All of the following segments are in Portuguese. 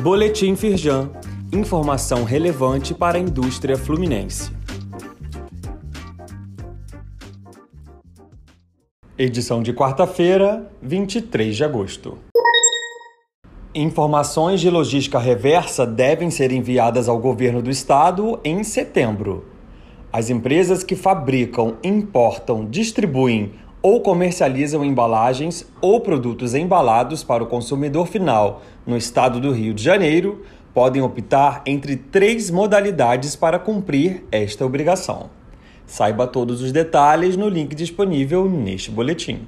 Boletim Firjan. Informação relevante para a indústria fluminense. Edição de quarta-feira, 23 de agosto. Informações de logística reversa devem ser enviadas ao governo do estado em setembro. As empresas que fabricam, importam, distribuem ou comercializam embalagens ou produtos embalados para o consumidor final no estado do Rio de Janeiro podem optar entre 3 modalidades para cumprir esta obrigação. Saiba todos os detalhes no link disponível neste boletim.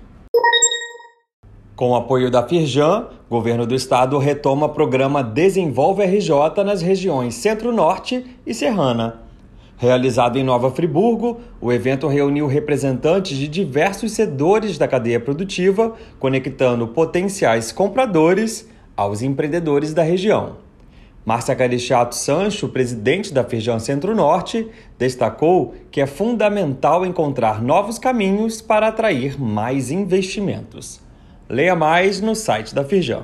Com o apoio da Firjan, o governo do estado retoma o programa Desenvolve RJ nas regiões Centro-Norte e Serrana. Realizado em Nova Friburgo, o evento reuniu representantes de diversos setores da cadeia produtiva, conectando potenciais compradores aos empreendedores da região. Márcia Carichato Sancho, presidente da Firjan Centro-Norte, destacou que é fundamental encontrar novos caminhos para atrair mais investimentos. Leia mais no site da Firjan.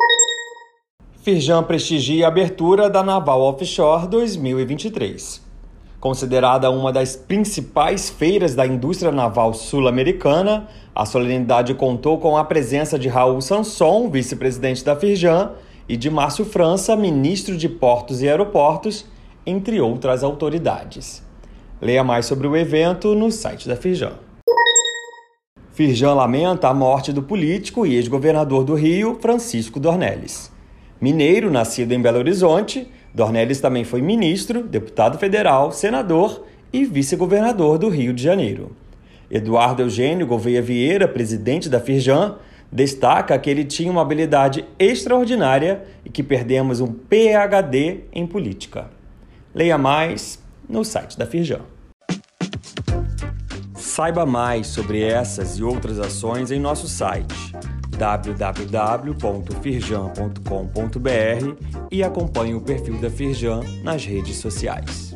Firjan prestigia a abertura da Naval Offshore 2023. Considerada uma das principais feiras da indústria naval sul-americana, a solenidade contou com a presença de Raul Sanson, vice-presidente da Firjan, e de Márcio França, ministro de Portos e Aeroportos, entre outras autoridades. Leia mais sobre o evento no site da Firjan. Firjan lamenta a morte do político e ex-governador do Rio, Francisco Dornelles. Mineiro, nascido em Belo Horizonte, Dornelles também foi ministro, deputado federal, senador e vice-governador do Rio de Janeiro. Eduardo Eugênio Gouveia Vieira, presidente da Firjan, destaca que ele tinha uma habilidade extraordinária e que perdemos um PhD em política. Leia mais no site da Firjan. Saiba mais sobre essas e outras ações em nosso site www.firjan.com.br e acompanhe o perfil da Firjan nas redes sociais.